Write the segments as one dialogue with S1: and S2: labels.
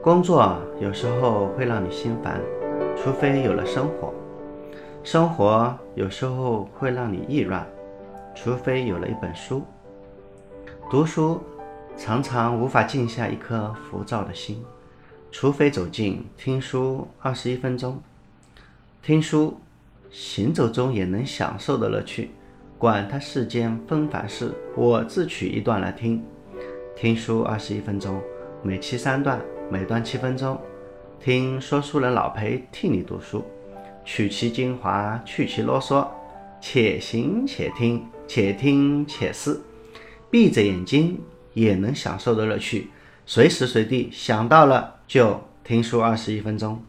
S1: 工作有时候会让你心烦，除非有了生活；生活有时候会让你意乱，除非有了一本书。读书常常无法静下一颗浮躁的心，除非走进听书21分钟。听书，行走中也能享受的乐趣，管他世间纷繁事，我自取一段来听。听书21分钟，每期3段，每段7分钟。听说书人老裴替你读书，取其精华，去其啰嗦，且行且听，且听且思，闭着眼睛也能享受的乐趣，随时随地想到了就听书21分钟。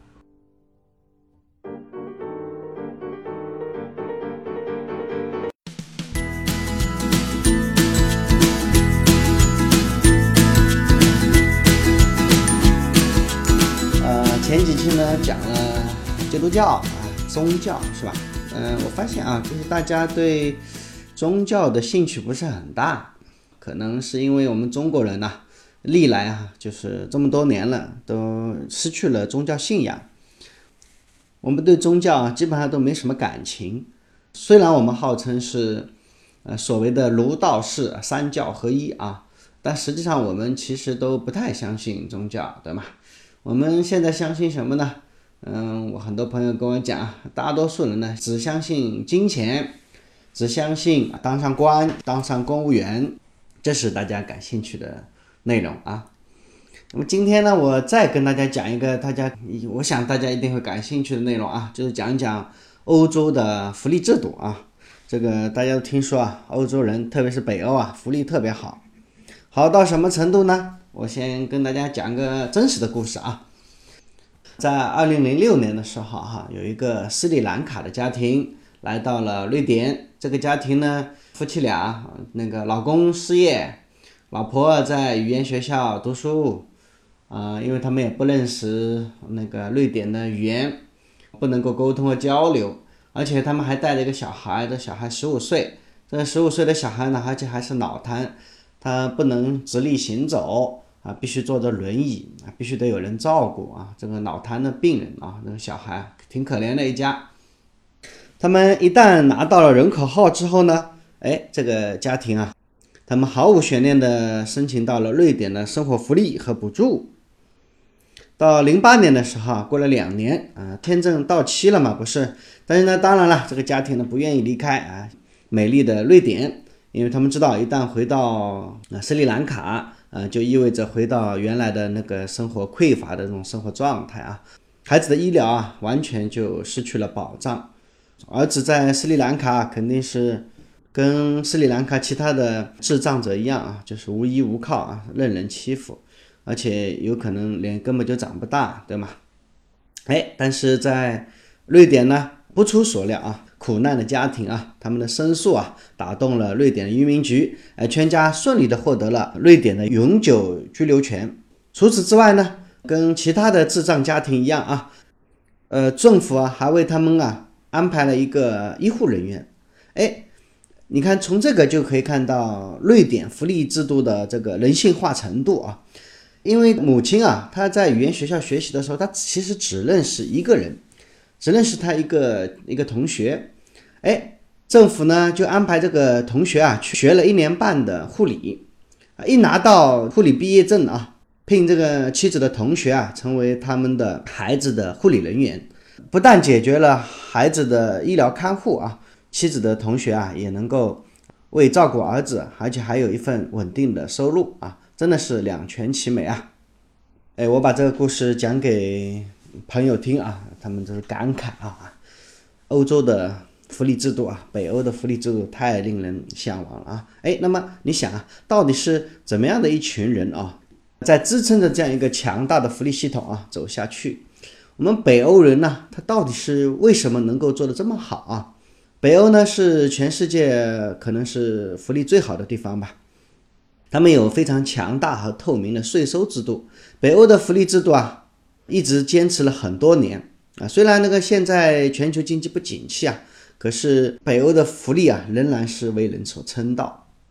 S1: 前几期呢讲了基督教宗教是吧？我发现就是大家对宗教的兴趣不是很大，可能是因为我们中国人历来就是这么多年了，都失去了宗教信仰。我们对宗教基本上都没什么感情。虽然我们号称是所谓的儒道释三教合一但实际上我们其实都不太相信宗教，对吗？我们现在相信什么呢？我很多朋友跟我讲，大多数人呢只相信金钱，只相信当上官，当上公务员，这是大家感兴趣的内容那么今天呢，我再跟大家讲一个我想大家一定会感兴趣的内容就是讲一讲欧洲的福利制度这个大家都听说欧洲人特别是北欧福利特别好，好到什么程度呢？我先跟大家讲个真实的故事在2006年的时候有一个斯里兰卡的家庭来到了瑞典。这个家庭呢，夫妻俩，那个老公失业，老婆在语言学校读书因为他们也不认识那个瑞典的语言，不能够沟通和交流，而且他们还带了一个小孩，这小孩15岁，这个15岁的小孩呢，而且还是脑瘫，他不能直立行走必须坐着轮椅必须得有人照顾这个脑瘫的病人那个小孩挺可怜的一家。他们一旦拿到了人口号之后呢，这个家庭他们毫无悬念的申请到了瑞典的生活福利和补助。到08年的时候过了2年签证到期了嘛，不是？但是呢，当然了，这个家庭呢不愿意离开美丽的瑞典，因为他们知道一旦回到斯里兰卡就意味着回到原来的那个生活匮乏的这种生活状态孩子的医疗完全就失去了保障。儿子在斯里兰卡肯定是跟斯里兰卡其他的智障者一样就是无依无靠任人欺负，而且有可能根本就长不大，对吗？但是在瑞典呢，不出所料苦难的家庭他们的申诉打动了瑞典的移民局，全家顺利的获得了瑞典的永久居留权。除此之外呢，跟其他的智障家庭一样政府还为他们安排了一个医护人员。你看从这个就可以看到瑞典福利制度的这个人性化程度因为母亲她在语言学校学习的时候，她其实只认识一个人，只认识她一个同学。政府呢就安排这个同学去学了1年半的护理一拿到护理毕业证聘这个妻子的同学成为他们的孩子的护理人员，不但解决了孩子的医疗看护妻子的同学也能够为照顾儿子，而且还有一份稳定的收入真的是两全其美我把这个故事讲给朋友听他们就是感慨欧洲的福利制度北欧的福利制度太令人向往了那么你想到底是怎么样的一群人在支撑着这样一个强大的福利系统走下去？我们北欧人呢，他到底是为什么能够做得这么好北欧呢是全世界可能是福利最好的地方吧。他们有非常强大和透明的税收制度。北欧的福利制度一直坚持了很多年虽然那个现在全球经济不景气可是北欧的福利仍然是为人所称道。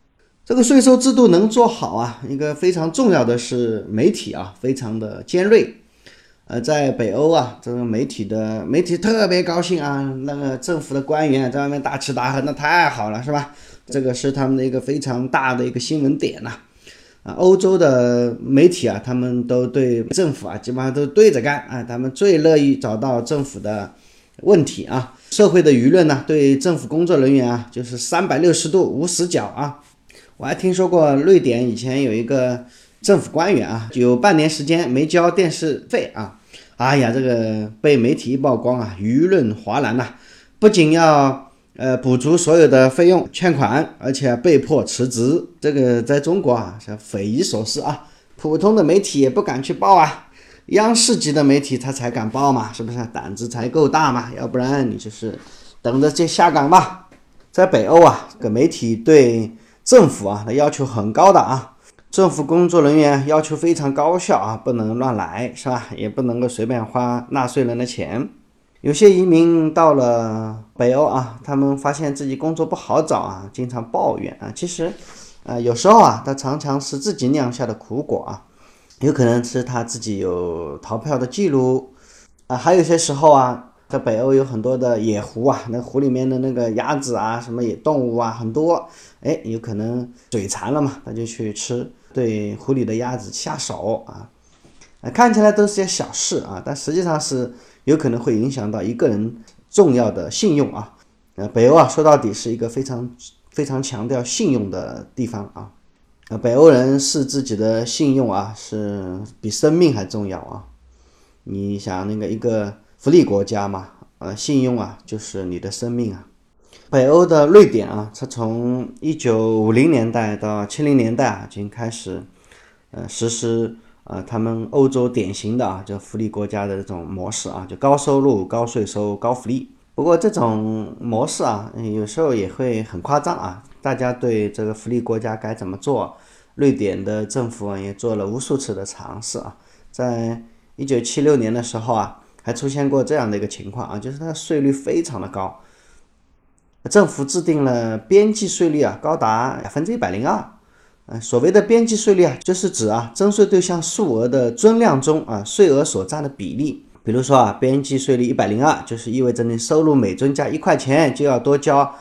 S1: 这个税收制度能做好啊，一个非常重要的是媒体啊，非常的尖锐。在北欧啊，这个媒体特别高兴啊，那个政府的官员在外面大吃大喝，那太好了，是吧？这个是他们的一个非常大的一个新闻点呐。欧洲的媒体啊，他们都对政府啊，基本上都对着干啊，他们最乐意找到政府的问题啊。社会的舆论呢，对政府工作人员啊，就是360度无死角啊。我还听说过瑞典以前有一个政府官员啊，有半年时间没交电视费啊。哎呀，这个被媒体一曝光啊，舆论哗然呐，不仅要补足所有的费用欠款，而且被迫辞职。这个在中国啊是匪夷所思啊，普通的媒体也不敢去报啊，央视级的媒体他才敢报嘛，是不是？胆子才够大嘛，要不然你就是等着这下岗吧。在北欧啊，这个媒体对政府啊的要求很高的啊。政府工作人员要求非常高效啊，不能乱来，是吧？也不能够随便花纳税人的钱。有些移民到了北欧啊，他们发现自己工作不好找啊，经常抱怨啊。其实，有时候啊，他常常是自己酿下的苦果啊，有可能是他自己有逃票的记录啊，还有些时候啊。在北欧有很多的野湖啊，那湖里面的那个鸭子啊，什么野动物啊很多，有可能嘴馋了嘛，他就去吃，对湖里的鸭子下手啊，看起来都是些小事啊，但实际上是有可能会影响到一个人重要的信用啊。北欧啊，说到底是一个非常非常强调信用的地方啊。北欧人视自己的信用啊，是比生命还重要啊。你想那个一个福利国家嘛，信用啊就是你的生命啊。北欧的瑞典啊，它从1950年代到70年代啊，已经开始实施他们欧洲典型的啊，就福利国家的这种模式啊，就高收入、高税收、高福利。不过这种模式啊，有时候也会很夸张啊。大家对这个福利国家该怎么做，瑞典的政府也做了无数次的尝试啊。在1976年的时候啊，还出现过这样的一个情况啊，就是它的税率非常的高，政府制定了边际税率啊，高达102%。所谓的边际税率啊，就是指啊征税对象数额的增量中啊税额所占的比例。比如说啊，边际税率102，就是意味着你收入每增加1块钱，就要多交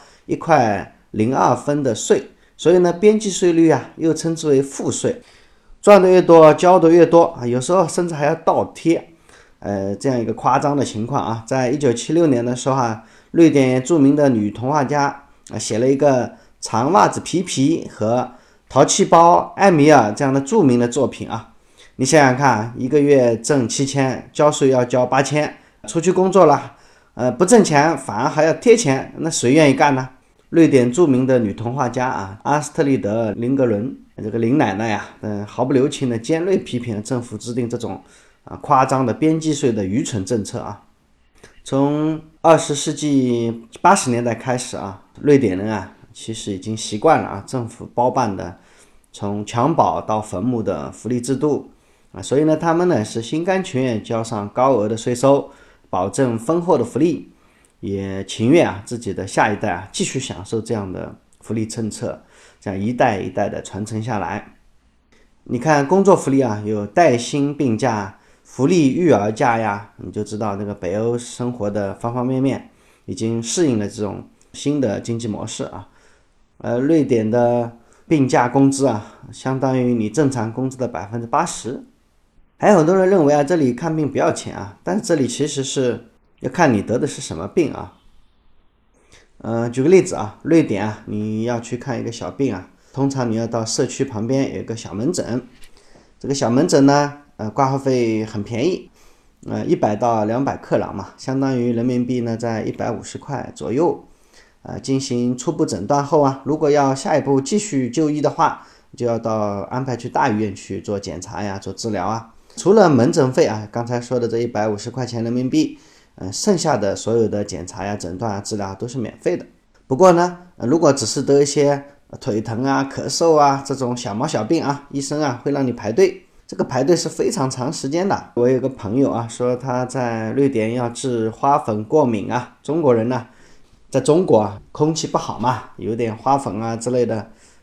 S1: 1.02的税。所以呢，边际税率啊又称之为负税，赚的越多，交的越多啊，有时候甚至还要倒贴。这样一个夸张的情况啊，在1976年的时候啊，瑞典著名的女童话家写了一个长袜子皮皮和淘气包艾米尔这样的著名的作品啊。你想想看，一个月挣7000，交税要交8000，出去工作了，不挣钱反而还要贴钱，那谁愿意干呢？瑞典著名的女童话家啊，阿斯特利德·林格伦这个林奶奶啊，毫不留情的尖锐批评了政府制定这种夸张的边际税的愚蠢政策啊。从20世纪80年代开始啊，瑞典人啊其实已经习惯了啊政府包办的从襁褓到坟墓的福利制度啊，所以呢他们呢是心甘情愿交上高额的税收，保证丰厚的福利，也情愿啊自己的下一代啊继续享受这样的福利政策，这样一代一代的传承下来。你看工作福利啊，有带薪病假、福利育儿假呀，你就知道那个北欧生活的方方面面已经适应了这种新的经济模式啊。瑞典的病假工资啊，相当于你正常工资的80%。还有很多人认为啊，这里看病不要钱啊，但是这里其实是要看你得的是什么病啊。举个例子啊，瑞典啊，你要去看一个小病啊，通常你要到社区旁边有一个小门诊，这个小门诊呢，挂号费很便宜，100到200克朗嘛，相当于人民币呢在150块左右。进行初步诊断后啊，如果要下一步继续就医的话，就要到安排去大医院去做检查呀，做治疗啊。除了门诊费啊，刚才说的这150块钱人民币，剩下的所有的检查呀、诊断啊、治疗都是免费的。不过呢，如果只是得一些腿疼啊、咳嗽啊这种小毛小病啊，医生啊会让你排队，这个排队是非常长时间的。我有个朋友啊，说他在瑞典要治花粉过敏啊，中国人呢，在中国啊空气不好嘛，有点花粉啊之类的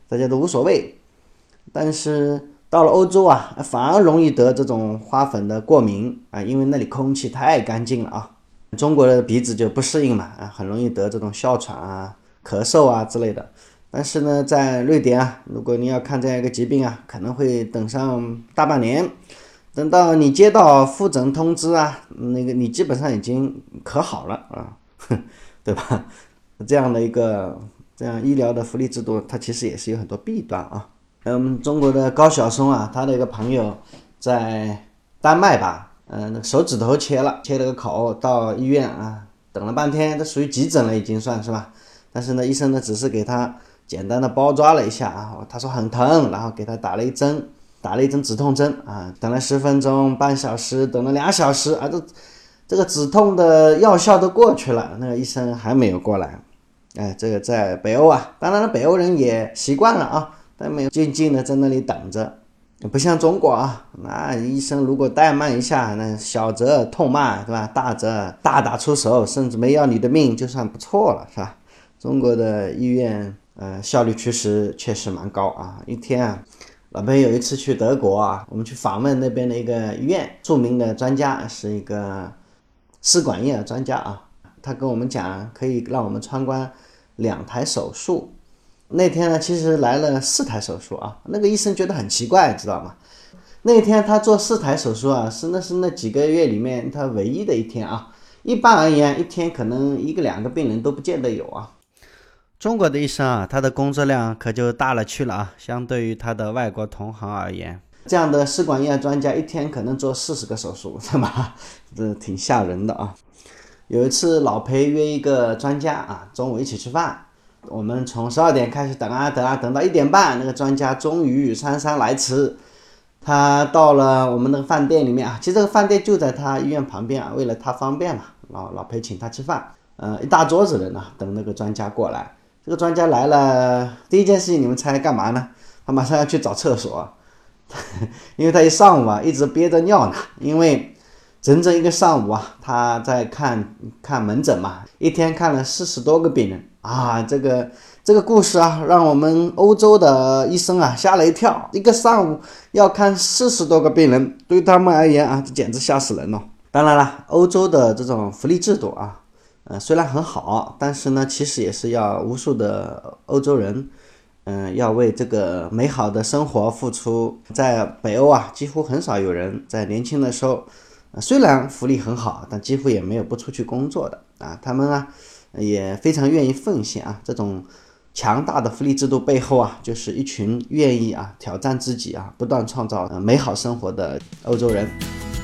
S1: 大家都无所谓。但是到了欧洲啊，反而容易得这种花粉的过敏啊，因为那里空气太干净了啊。中国的鼻子就不适应嘛，很容易得这种哮喘啊、咳嗽啊之类的。但是呢，在瑞典啊，如果你要看这样一个疾病啊，可能会等上大半年。等到你接到复诊通知啊，你基本上已经咳好了啊，对吧？这样医疗的福利制度，它其实也是有很多弊端啊。中国的高晓松啊，他的一个朋友在丹麦吧，手指头切了个口，到医院啊，等了半天，这属于急诊了，已经算是吧。但是呢，医生呢只是给他简单的包扎了一下啊，他说很疼，然后给他打了一针止痛针啊，等了10分钟、半小时，等了2小时啊，这个止痛的药效都过去了，那个医生还没有过来。这个在北欧啊，当然了，北欧人也习惯了啊，但没有静静的在那里等着，不像中国啊，那医生如果怠慢一下，那小则痛骂，对吧？大则大打出手，甚至没要你的命就算不错了，是吧？中国的医院效率确实蛮高啊。一天啊，老朋友有一次去德国啊，我们去访问那边的一个医院，著名的专家是一个试管婴儿专家啊，他跟我们讲可以让我们参观2台手术。那天呢，其实来了4台手术啊，那个医生觉得很奇怪，知道吗？那天他做4台手术啊，是那几个月里面他唯一的一天啊。一般而言，一天可能1个2个病人都不见得有啊。中国的医生啊，他的工作量可就大了去了啊，相对于他的外国同行而言，这样的试管婴儿专家一天可能做40个手术，是吧？这挺吓人的啊。有一次老裴约一个专家啊，中午一起吃饭，我们从12点开始等到1点半，那个专家终于姗姗来迟。他到了我们那个饭店里面啊，其实这个饭店就在他医院旁边啊，为了他方便嘛，老裴请他吃饭，一大桌子人啊，等那个专家过来。这个专家来了，第一件事情你们猜干嘛呢？他马上要去找厕所，因为他一上午啊一直憋着尿呢，因为整整一个上午啊，他在看门诊嘛，一天看了40多个病人啊。这个故事啊，让我们欧洲的医生啊吓了一跳，一个上午要看40多个病人，对他们而言啊，这简直吓死人了。当然了，欧洲的这种福利制度啊，虽然很好，但是呢，其实也是要无数的欧洲人，要为这个美好的生活付出。在北欧啊，几乎很少有人在年轻的时候，虽然福利很好，但几乎也没有不出去工作的啊。他们啊，也非常愿意奉献啊。这种强大的福利制度背后啊，就是一群愿意啊挑战自己啊，不断创造美好生活的欧洲人。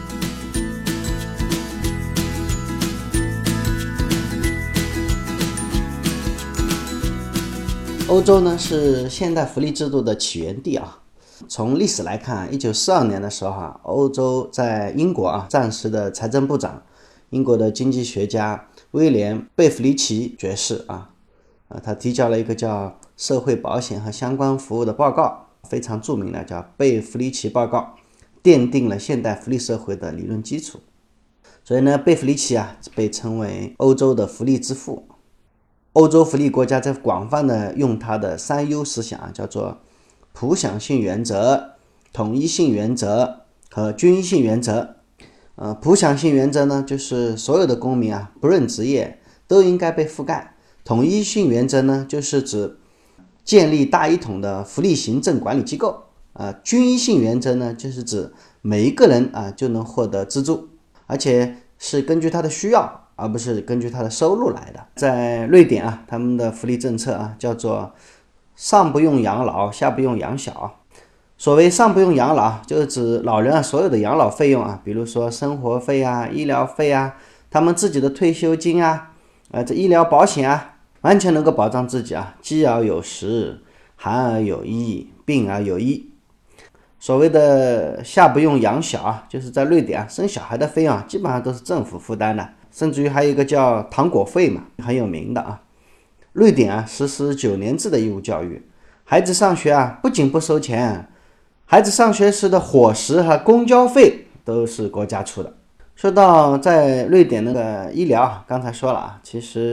S1: 欧洲呢是现代福利制度的起源地啊。从历史来看，1942年的时候啊，欧洲在英国啊，暂时的财政部长，英国的经济学家威廉·贝弗利奇爵士啊，他提交了一个叫《社会保险和相关服务》的报告，非常著名的叫贝弗利奇报告，奠定了现代福利社会的理论基础。所以呢，贝弗利奇啊被称为欧洲的福利之父。欧洲福利国家在广泛的用它的3U思想，叫做普享性原则、统一性原则和均一性原则。普享性原则呢，就是所有的公民啊，不论职业都应该被覆盖。统一性原则呢，就是指建立大一统的福利行政管理机构。均一性原则呢，就是指每一个人啊就能获得资助，而且是根据他的需要，而不是根据他的收入来的。在瑞典啊，他们的福利政策啊叫做上不用养老，下不用养小。所谓上不用养老，就是指老人啊所有的养老费用啊，比如说生活费啊、医疗费啊、他们自己的退休金啊、这医疗保险啊，完全能够保障自己啊，饥而有食，寒而有衣，病而有医。所谓的下不用养小啊，就是在瑞典啊，生小孩的费用啊，基本上都是政府负担的，甚至于还有一个叫糖果费嘛，很有名的啊。瑞典啊实施9年制的义务教育，孩子上学啊不仅不收钱，孩子上学时的伙食和公交费都是国家出的。说到在瑞典那个医疗，刚才说了啊，其实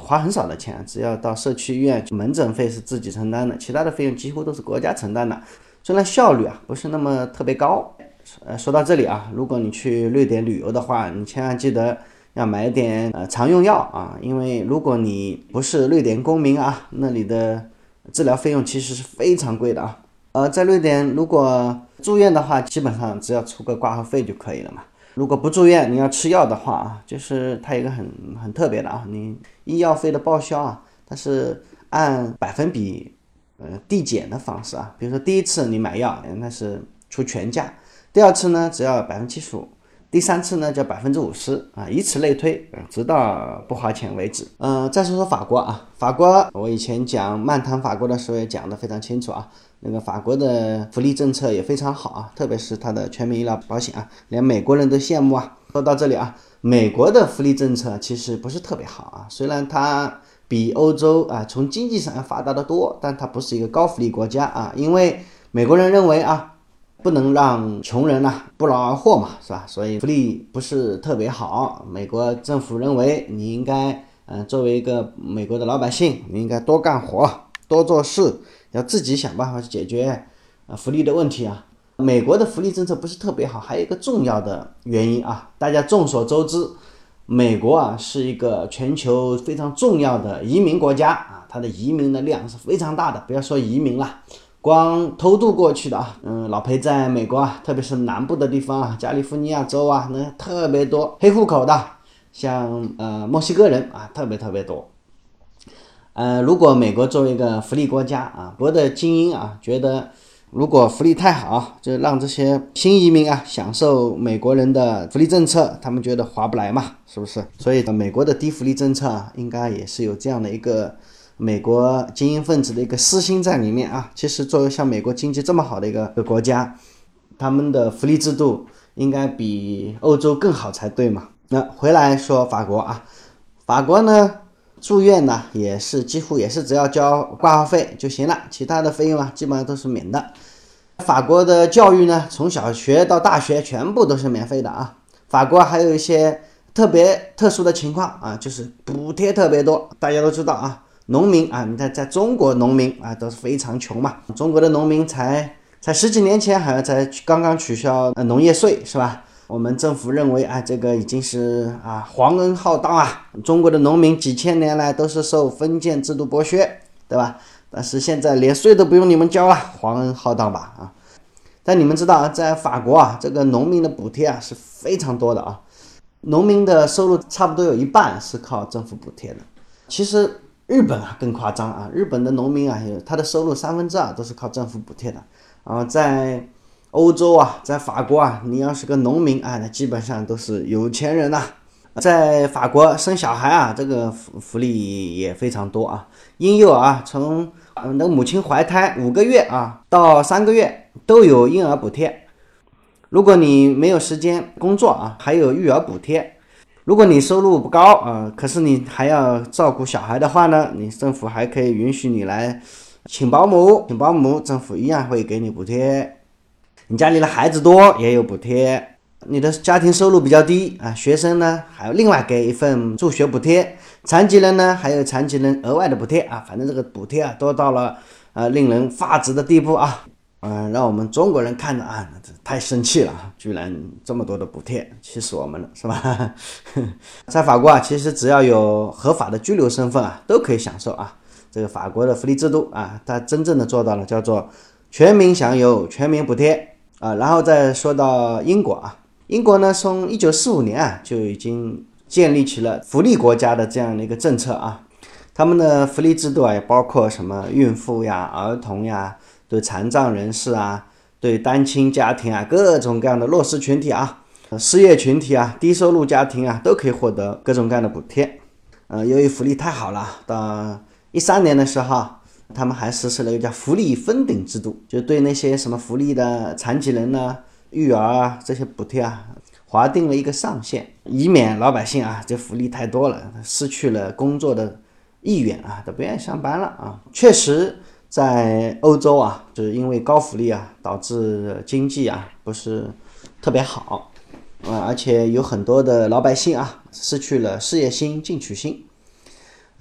S1: 花很少的钱，只要到社区医院，门诊费是自己承担的，其他的费用几乎都是国家承担的。虽然效率不是那么特别高。说到这里如果你去瑞典旅游的话，你千万记得要买点常用药因为如果你不是瑞典公民那里的治疗费用其实是非常贵的在瑞典如果住院的话，基本上只要出个挂号费就可以了嘛。如果不住院，你要吃药的话就是它有一个很特别的你医药费的报销它是按百分比递减的方式比如说第一次你买药那是出全价，第二次呢只要75%，第三次呢就50%以此类推直到不花钱为止。再说说法国法国我以前讲漫谈法国的时候也讲得非常清楚那个法国的福利政策也非常好特别是它的全民医疗保险连美国人都羡慕说到这里美国的福利政策其实不是特别好虽然它比欧洲从经济上要发达得多，但它不是一个高福利国家因为美国人认为不能让穷人不劳而获嘛，是吧？所以福利不是特别好。美国政府认为你应该作为一个美国的老百姓，你应该多干活，多做事，要自己想办法去解决福利的问题美国的福利政策不是特别好，还有一个重要的原因大家众所周知，美国是一个全球非常重要的移民国家它的移民的量是非常大的，不要说移民了。光偷渡过去的老裴在美国特别是南部的地方加利福尼亚州那特别多黑户口的，像墨西哥人特别多。如果美国作为一个福利国家国的精英觉得如果福利太好，就让这些新移民享受美国人的福利政策，他们觉得划不来嘛，是不是？所以美国的低福利政策应该也是有这样的一个美国精英分子的一个私心在里面其实作为像美国经济这么好的一个国家，他们的福利制度应该比欧洲更好才对嘛。那回来说法国法国呢住院呢也是几乎也是只要交挂号费就行了，其他的费用基本上都是免的。法国的教育呢从小学到大学全部都是免费的法国还有一些特别特殊的情况就是补贴特别多。大家都知道农民你在中国农民都是非常穷嘛，中国的农民才10几年前好像才刚刚取消农业税是吧？我们政府认为这个已经是皇恩浩荡中国的农民几千年来都是受封建制度剥削，对吧？但是现在连税都不用你们交了，皇恩浩荡吧但你们知道在法国这个农民的补贴是非常多的农民的收入差不多有一半是靠政府补贴的。其实日本更夸张日本的农民他的收入2/3都是靠政府补贴的在欧洲在法国你要是个农民那基本上都是有钱人在法国生小孩这个福利也非常多婴幼儿从那母亲怀胎5个月到3个月都有婴儿补贴。如果你没有时间工作还有育儿补贴。如果你收入不高可是你还要照顾小孩的话呢，你政府还可以允许你来请保姆，政府一样会给你补贴。你家里的孩子多也有补贴。你的家庭收入比较低学生呢还有另外给一份助学补贴，残疾人呢还有残疾人额外的补贴反正这个补贴多到了令人发指的地步让我们中国人看着太生气了居然这么多的补贴，气死我们了是吧在法国其实只要有合法的居留身份都可以享受这个法国的福利制度它真正的做到了叫做全民享有全民补贴然后再说到英国英国呢从1945年就已经建立起了福利国家的这样的一个政策他们的福利制度也包括什么孕妇儿童对残障人士对单亲家庭各种各样的弱势群体失业群体低收入家庭都可以获得各种各样的补贴由于福利太好了，到13年的时候他们还实施了一个叫福利封顶制度，就对那些什么福利的残疾人育儿这些补贴划定了一个上限，以免老百姓这福利太多了失去了工作的意愿都不愿意上班了确实在欧洲就是因为高福利导致经济不是特别好而且有很多的老百姓失去了事业心进取心。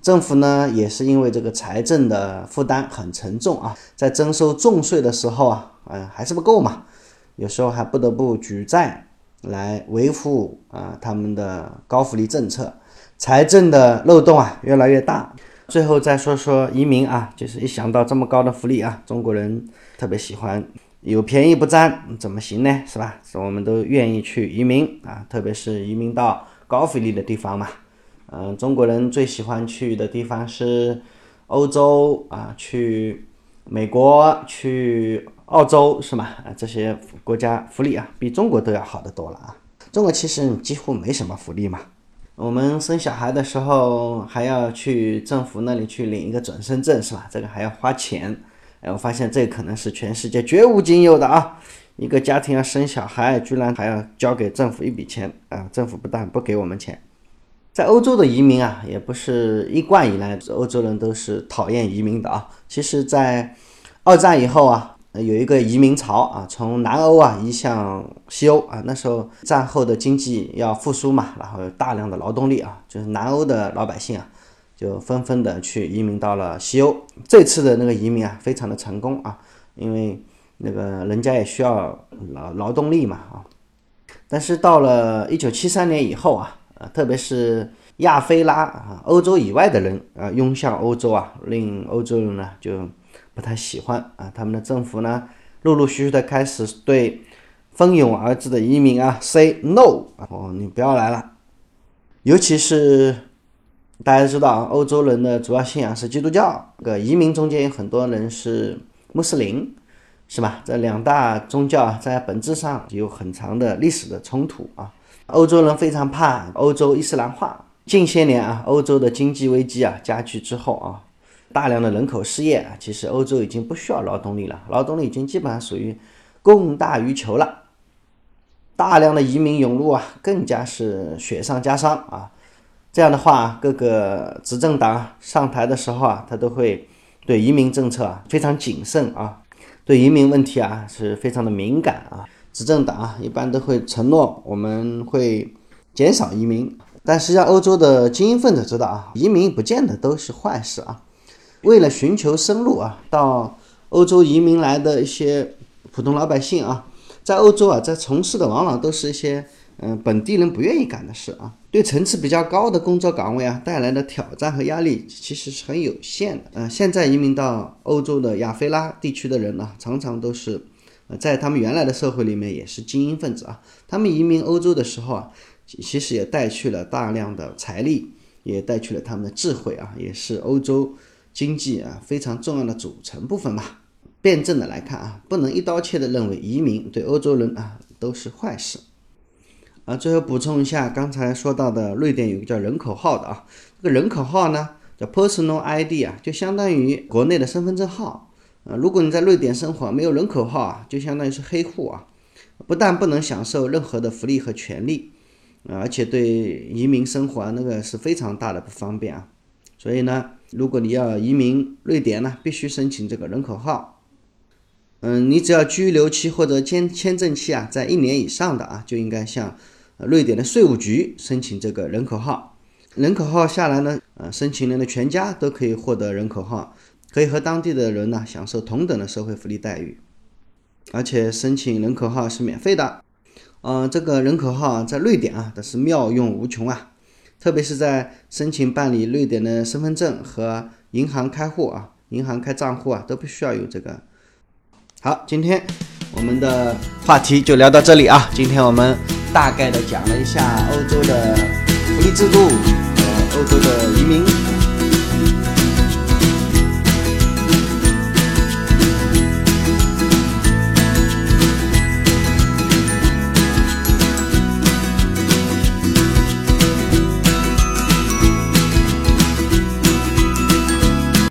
S1: 政府呢也是因为这个财政的负担很沉重啊，在征收重税的时候啊，还是不够嘛，有时候还不得不举债来维护他们的高福利政策，财政的漏洞啊越来越大。最后再说说移民啊，就是一想到这么高的福利啊，中国人特别喜欢，有便宜不占怎么行呢？是吧？我们都愿意去移民啊，特别是移民到高福利的地方嘛。中国人最喜欢去的地方是欧洲啊，去美国，去澳洲，是吧？这些国家福利啊，比中国都要好得多了啊。中国其实几乎没什么福利嘛。我们生小孩的时候还要去政府那里去领一个准生证，是吧？这个还要花钱。我发现这可能是全世界绝无仅有的啊！一个家庭要生小孩，居然还要交给政府一笔钱啊！政府不但不给我们钱。在欧洲的移民啊，也不是一贯以来欧洲人都是讨厌移民的啊。其实在二战以后啊，有一个移民潮啊，从南欧啊移向西欧啊。那时候战后的经济要复苏嘛，然后有大量的劳动力啊，就是南欧的老百姓啊，就纷纷的去移民到了西欧。这次的那个移民啊，非常的成功啊，因为那个人家也需要劳动力嘛啊。但是到了1973年以后啊，特别是亚非拉啊，欧洲以外的人啊涌向欧洲啊，令欧洲人呢就不太喜欢啊。他们的政府呢，陆陆续续的开始对蜂拥而至的移民啊 say no 你不要来了。尤其是大家知道啊，欧洲人的主要信仰是基督教，移民中间有很多人是穆斯林，是吧？这两大宗教在本质上有很长的历史的冲突啊。欧洲人非常怕欧洲伊斯兰化。近些年啊，欧洲的经济危机啊加剧之后啊，大量的人口失业啊，其实欧洲已经不需要劳动力了，劳动力已经基本上属于供大于求了。大量的移民涌入啊，更加是雪上加霜啊。这样的话，各个执政党上台的时候啊，他都会对移民政策啊非常谨慎啊，对移民问题啊是非常的敏感啊。执政党啊一般都会承诺我们会减少移民，但实际上欧洲的精英分子知道啊，移民不见得都是坏事啊。为了寻求生路啊，到欧洲移民来的一些普通老百姓啊，在欧洲啊，在从事的往往都是一些本地人不愿意干的事啊。对层次比较高的工作岗位啊带来的挑战和压力其实是很有限的。现在移民到欧洲的亚非拉地区的人呢，常常都是在他们原来的社会里面也是精英分子啊。他们移民欧洲的时候啊，其实也带去了大量的财力，也带去了他们的智慧啊，也是欧洲经济啊非常重要的组成部分吧。辩证的来看啊，不能一刀切的认为移民对欧洲人啊都是坏事。最后补充一下，刚才说到的瑞典有个叫人口号的啊，这个人口号呢叫 personal ID 啊，就相当于国内的身份证号。如果你在瑞典生活没有人口号啊，就相当于是黑户啊，不但不能享受任何的福利和权利，而且对移民生活那个是非常大的不方便啊。所以呢，如果你要移民瑞典呢，必须申请这个人口号。你只要居留期或者签证期啊在1年以上的啊，就应该向瑞典的税务局申请这个人口号。人口号下来呢，申请人的全家都可以获得人口号，可以和当地的人呢享受同等的社会福利待遇，而且申请人口号是免费的。这个人口号在瑞典啊，它是妙用无穷啊，特别是在申请办理瑞典的身份证和银行开户啊、银行开账户啊，都不需要有这个。好，今天我们的话题就聊到这里啊。今天我们大概的讲了一下欧洲的福利制度和欧洲的移民